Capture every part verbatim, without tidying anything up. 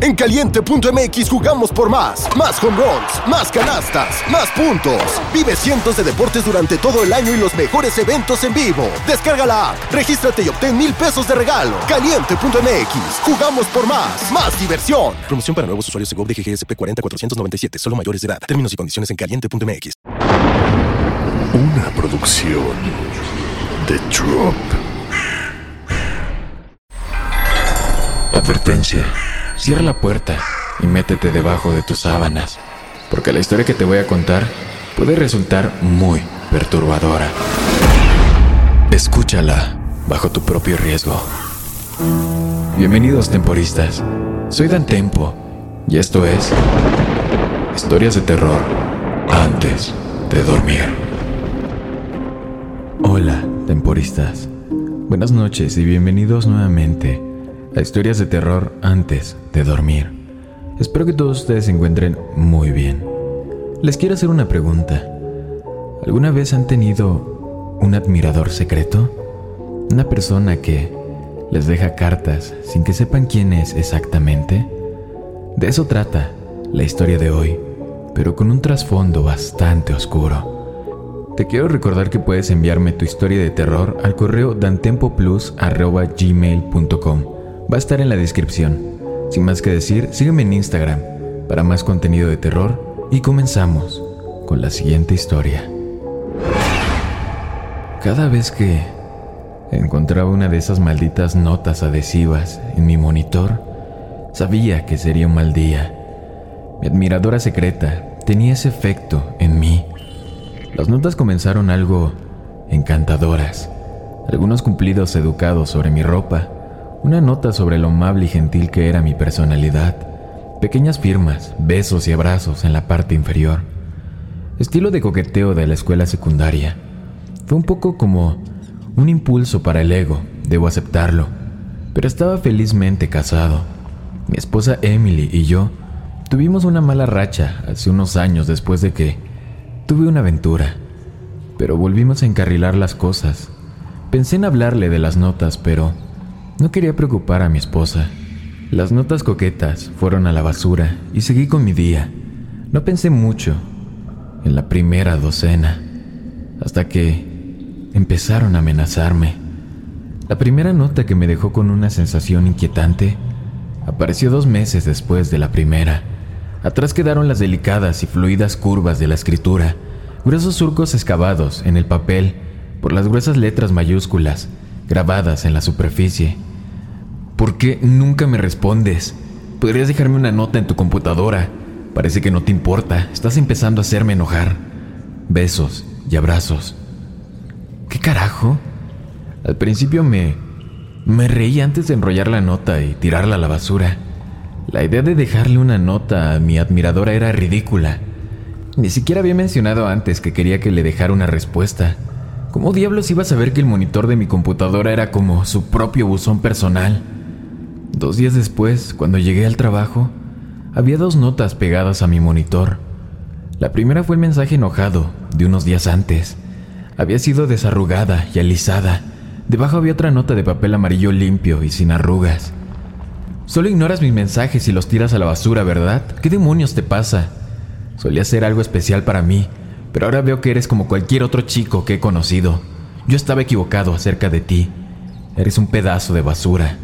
En Caliente punto M X jugamos por más. Más home runs, más canastas, más puntos. Vive cientos de deportes durante todo el año y los mejores eventos en vivo. Descarga la app, regístrate y obtén mil pesos de regalo. Caliente punto M X. Jugamos por más. Más diversión. Promoción para nuevos usuarios de G O V de G G S P cuarenta cuatrocientos noventa y siete. Solo mayores de edad. Términos y condiciones en Caliente punto M X. Una producción de Drop. Advertencia. Cierra la puerta y métete debajo de tus sábanas, porque la historia que te voy a contar puede resultar muy perturbadora. Escúchala bajo tu propio riesgo. Bienvenidos, temporistas. Soy Dan Tempo y esto es Historias de Terror antes de dormir. Hola, temporistas. Buenas noches y bienvenidos nuevamente a Historias de Terror antes de dormir. Espero que todos ustedes se encuentren muy bien. Les quiero hacer una pregunta. ¿Alguna vez han tenido un admirador secreto? ¿Una persona que les deja cartas sin que sepan quién es exactamente? De eso trata la historia de hoy, pero con un trasfondo bastante oscuro. Te quiero recordar que puedes enviarme tu historia de terror al correo dantempoplus arroba gmail punto com. Va a estar en la descripción. Sin más que decir, sígueme en Instagram para más contenido de terror y comenzamos con la siguiente historia. Cada vez que encontraba una de esas malditas notas adhesivas en mi monitor, sabía que sería un mal día. Mi admiradora secreta tenía ese efecto en mí. Las notas comenzaron algo encantadoras. Algunos cumplidos educados sobre mi ropa, una nota sobre lo amable y gentil que era mi personalidad, pequeñas firmas, besos y abrazos en la parte inferior. Estilo de coqueteo de la escuela secundaria. Fue un poco como un impulso para el ego, debo aceptarlo, pero estaba felizmente casado. Mi esposa Emily y yo tuvimos una mala racha hace unos años después de que tuve una aventura, pero volvimos a encarrilar las cosas. Pensé en hablarle de las notas, pero no quería preocupar a mi esposa. Las notas coquetas fueron a la basura y seguí con mi día. No pensé mucho en la primera docena, hasta que empezaron a amenazarme. La primera nota, que me dejó con una sensación inquietante, apareció dos meses después de la primera. Atrás quedaron las delicadas y fluidas curvas de la escritura, gruesos surcos excavados en el papel por las gruesas letras mayúsculas grabadas en la superficie. ¿Por qué nunca me respondes? ¿Podrías dejarme una nota en tu computadora? Parece que no te importa. Estás empezando a hacerme enojar. Besos y abrazos. ¿Qué carajo? Al principio me... me reí antes de enrollar la nota y tirarla a la basura. La idea de dejarle una nota a mi admiradora era ridícula. Ni siquiera había mencionado antes que quería que le dejara una respuesta. ¿Cómo diablos iba a saber que el monitor de mi computadora era como su propio buzón personal? Dos días después, cuando llegué al trabajo, había dos notas pegadas a mi monitor. La primera fue el mensaje enojado de unos días antes. Había sido desarrugada y alisada. Debajo había otra nota de papel amarillo limpio y sin arrugas. Solo ignoras mis mensajes y los tiras a la basura, ¿verdad? ¿Qué demonios te pasa? Solía ser algo especial para mí, pero ahora veo que eres como cualquier otro chico que he conocido. Yo estaba equivocado acerca de ti. Eres un pedazo de basura.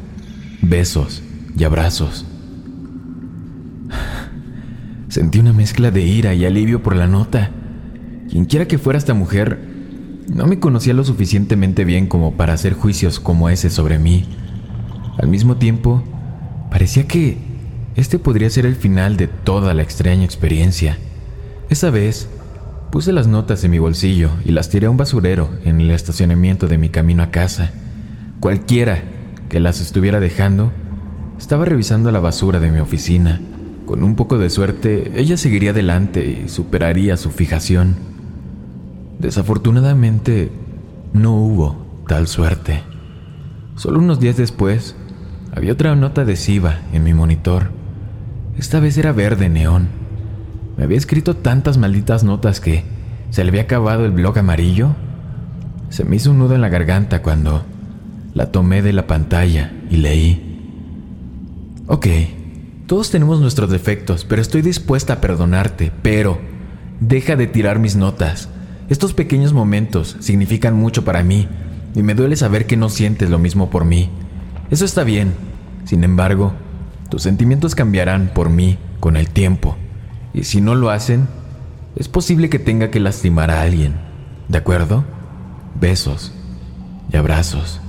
Besos y abrazos. Sentí una mezcla de ira y alivio por la nota. Quienquiera que fuera esta mujer, no me conocía lo suficientemente bien como para hacer juicios como ese sobre mí. Al mismo tiempo, parecía que este podría ser el final de toda la extraña experiencia. Esa vez, puse las notas en mi bolsillo y las tiré a un basurero en el estacionamiento de mi camino a casa. Cualquiera que las estuviera dejando estaba revisando la basura de mi oficina. Con un poco de suerte, ella seguiría adelante y superaría su fijación. Desafortunadamente, no hubo tal suerte. Solo unos días después, había otra nota adhesiva en mi monitor. Esta vez era verde neón. Me había escrito tantas malditas notas que se le había acabado el blog amarillo. Se me hizo un nudo en la garganta cuando la tomé de la pantalla y leí: Ok, Todos tenemos nuestros defectos, pero estoy dispuesta a perdonarte. Pero deja de tirar mis notas. Estos pequeños momentos significan mucho para mí y me duele saber que no sientes lo mismo por mí. Eso está bien. Sin embargo, tus sentimientos cambiarán por mí con el tiempo. Y si no lo hacen, es posible que tenga que lastimar a alguien. ¿De acuerdo? Besos y abrazos.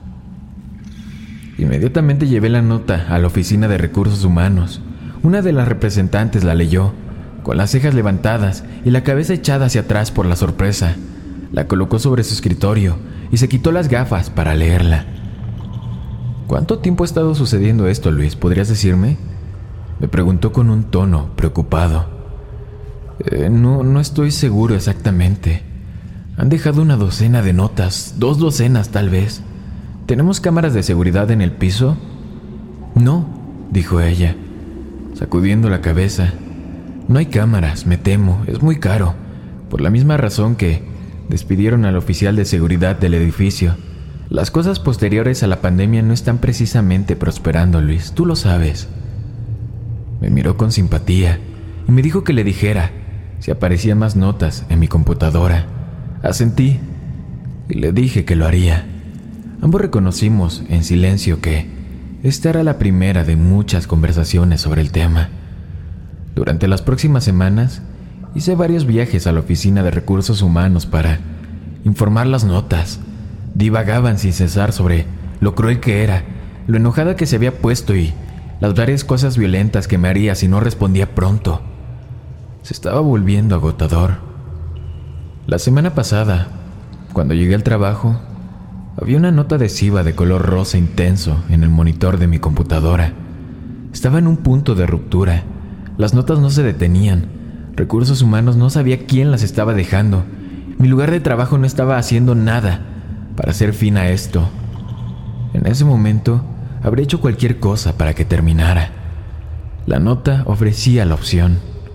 Inmediatamente llevé la nota a la oficina de recursos humanos. Una de las representantes la leyó, con las cejas levantadas y la cabeza echada hacia atrás por la sorpresa. La colocó sobre su escritorio y se quitó las gafas para leerla. ¿Cuánto tiempo ha estado sucediendo esto, Luis? ¿Podrías decirme? Me preguntó con un tono preocupado. Eh, no, no estoy seguro exactamente. Han dejado una docena de notas, dos docenas tal vez. ¿Tenemos cámaras de seguridad en el piso? No, dijo ella, sacudiendo la cabeza. No hay cámaras, me temo, es muy caro, por la misma razón que despidieron al oficial de seguridad del edificio. Las cosas posteriores a la pandemia no están precisamente prosperando, Luis, tú lo sabes. Me miró con simpatía y me dijo que le dijera si aparecían más notas en mi computadora. Asentí y le dije que lo haría. Ambos reconocimos en silencio que esta era la primera de muchas conversaciones sobre el tema. Durante las próximas semanas hice varios viajes a la oficina de recursos humanos para informar las notas. Divagaban sin cesar sobre lo cruel que era, lo enojada que se había puesto y las varias cosas violentas que me haría si no respondía pronto. Se estaba volviendo agotador. La semana pasada, cuando llegué al trabajo, había una nota adhesiva de color rosa intenso en el monitor de mi computadora. Estaba en un punto de ruptura. Las notas no se detenían. Recursos humanos no sabía quién las estaba dejando. Mi lugar de trabajo no estaba haciendo nada para hacer fin a esto. En ese momento, habría hecho cualquier cosa para que terminara. La nota ofrecía la opción.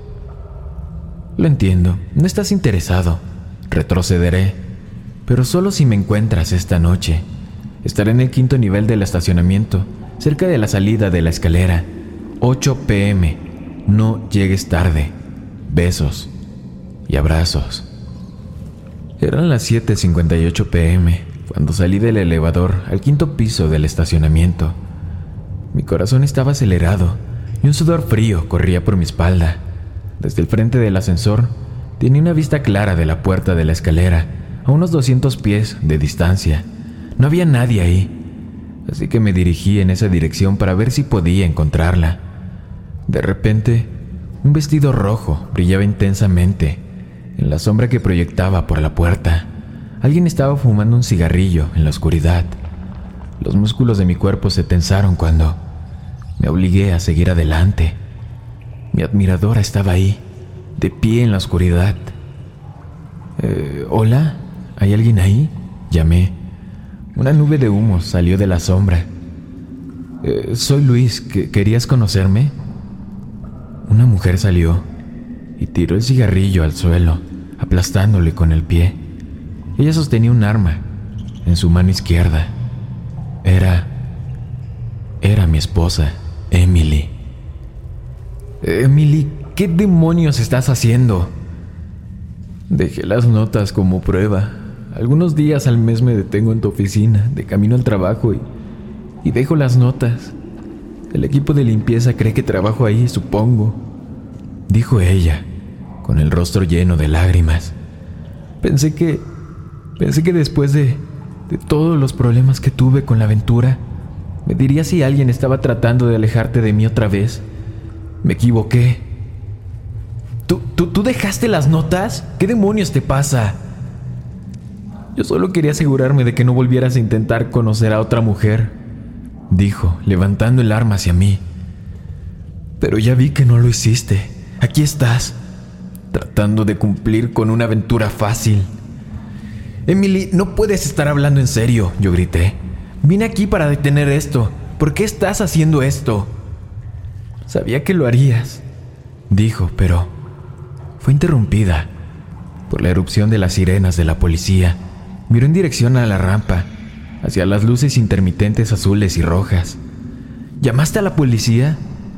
Lo entiendo, no estás interesado. Retrocederé. Pero solo si me encuentras esta noche. Estaré en el quinto nivel del estacionamiento, cerca de la salida de la escalera. ocho pe eme. No llegues tarde. Besos y abrazos. Eran las siete cincuenta y ocho pe eme cuando salí del elevador al quinto piso del estacionamiento. Mi corazón estaba acelerado y un sudor frío corría por mi espalda. Desde el frente del ascensor tenía una vista clara de la puerta de la escalera, a unos doscientos pies de distancia. No había nadie ahí, así que me dirigí en esa dirección para ver si podía encontrarla. De repente, un vestido rojo brillaba intensamente en la sombra que proyectaba por la puerta. Alguien estaba fumando un cigarrillo en la oscuridad. Los músculos de mi cuerpo se tensaron cuando me obligué a seguir adelante. Mi admiradora estaba ahí, de pie en la oscuridad. Eh, ¿Hola? ¿Hay alguien ahí? Llamé. Una nube de humo salió de la sombra. Eh, soy Luis, ¿querías conocerme? Una mujer salió y tiró el cigarrillo al suelo, aplastándole con el pie. Ella sostenía un arma en su mano izquierda. Era... Era mi esposa, Emily. Emily, ¿qué demonios estás haciendo? Dejé las notas como prueba. Algunos días al mes me detengo en tu oficina, de camino al trabajo, y, y dejo las notas. El equipo de limpieza cree que trabajo ahí, supongo, dijo ella, con el rostro lleno de lágrimas. Pensé que... Pensé que después de, de todos los problemas que tuve con la aventura, me dirías si alguien estaba tratando de alejarte de mí otra vez. Me equivoqué. ¿Tú, tú, ¿Tú dejaste las notas? ¿Qué demonios te pasa? Yo solo quería asegurarme de que no volvieras a intentar conocer a otra mujer, dijo, levantando el arma hacia mí. Pero ya vi que no lo hiciste. Aquí estás, tratando de cumplir con una aventura fácil. Emily, no puedes estar hablando en serio, yo grité. Vine aquí para detener esto. ¿Por qué estás haciendo esto? Sabía que lo harías, dijo, pero fue interrumpida por la erupción de las sirenas de la policía. Miró en dirección a la rampa, hacia las luces intermitentes azules y rojas. ¿Llamaste a la policía?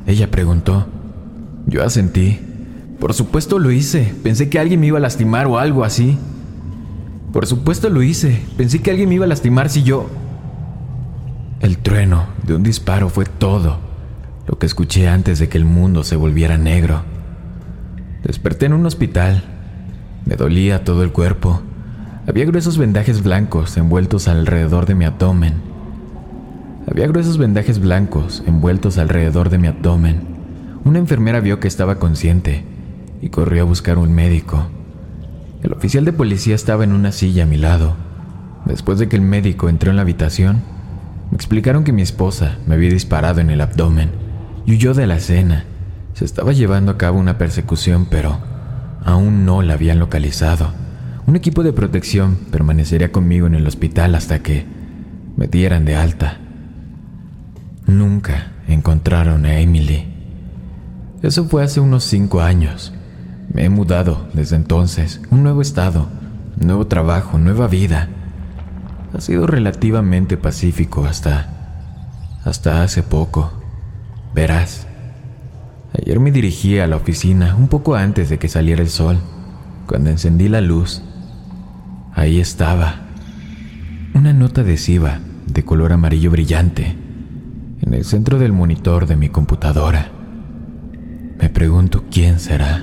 Ella preguntó. Yo asentí. Por supuesto lo hice. Pensé que alguien me iba a lastimar o algo así. Por supuesto lo hice. Pensé que alguien me iba a lastimar si yo... El trueno de un disparo fue todo lo que escuché antes de que el mundo se volviera negro. Desperté en un hospital. Me dolía todo el cuerpo. Había gruesos vendajes blancos envueltos alrededor de mi abdomen. Había gruesos vendajes blancos envueltos alrededor de mi abdomen. Una enfermera vio que estaba consciente y corrió a buscar un médico. El oficial de policía estaba en una silla a mi lado. Después de que el médico entró en la habitación, me explicaron que mi esposa me había disparado en el abdomen y huyó de la escena. Se estaba llevando a cabo una persecución, pero aún no la habían localizado. Un equipo de protección permanecería conmigo en el hospital hasta que me dieran de alta. Nunca encontraron a Emily. Eso fue hace unos cinco años. Me he mudado desde entonces. Un nuevo estado, nuevo trabajo, nueva vida. Ha sido relativamente pacífico hasta... hasta hace poco. Verás, ayer me dirigí a la oficina un poco antes de que saliera el sol. Cuando encendí la luz, ahí estaba, una nota adhesiva de color amarillo brillante en el centro del monitor de mi computadora. Me pregunto quién será.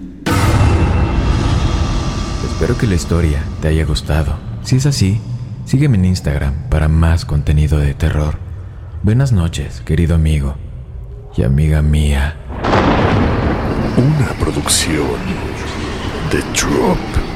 Espero que la historia te haya gustado. Si es así, sígueme en Instagram para más contenido de terror. Buenas noches, querido amigo y amiga mía. Una producción de Drop.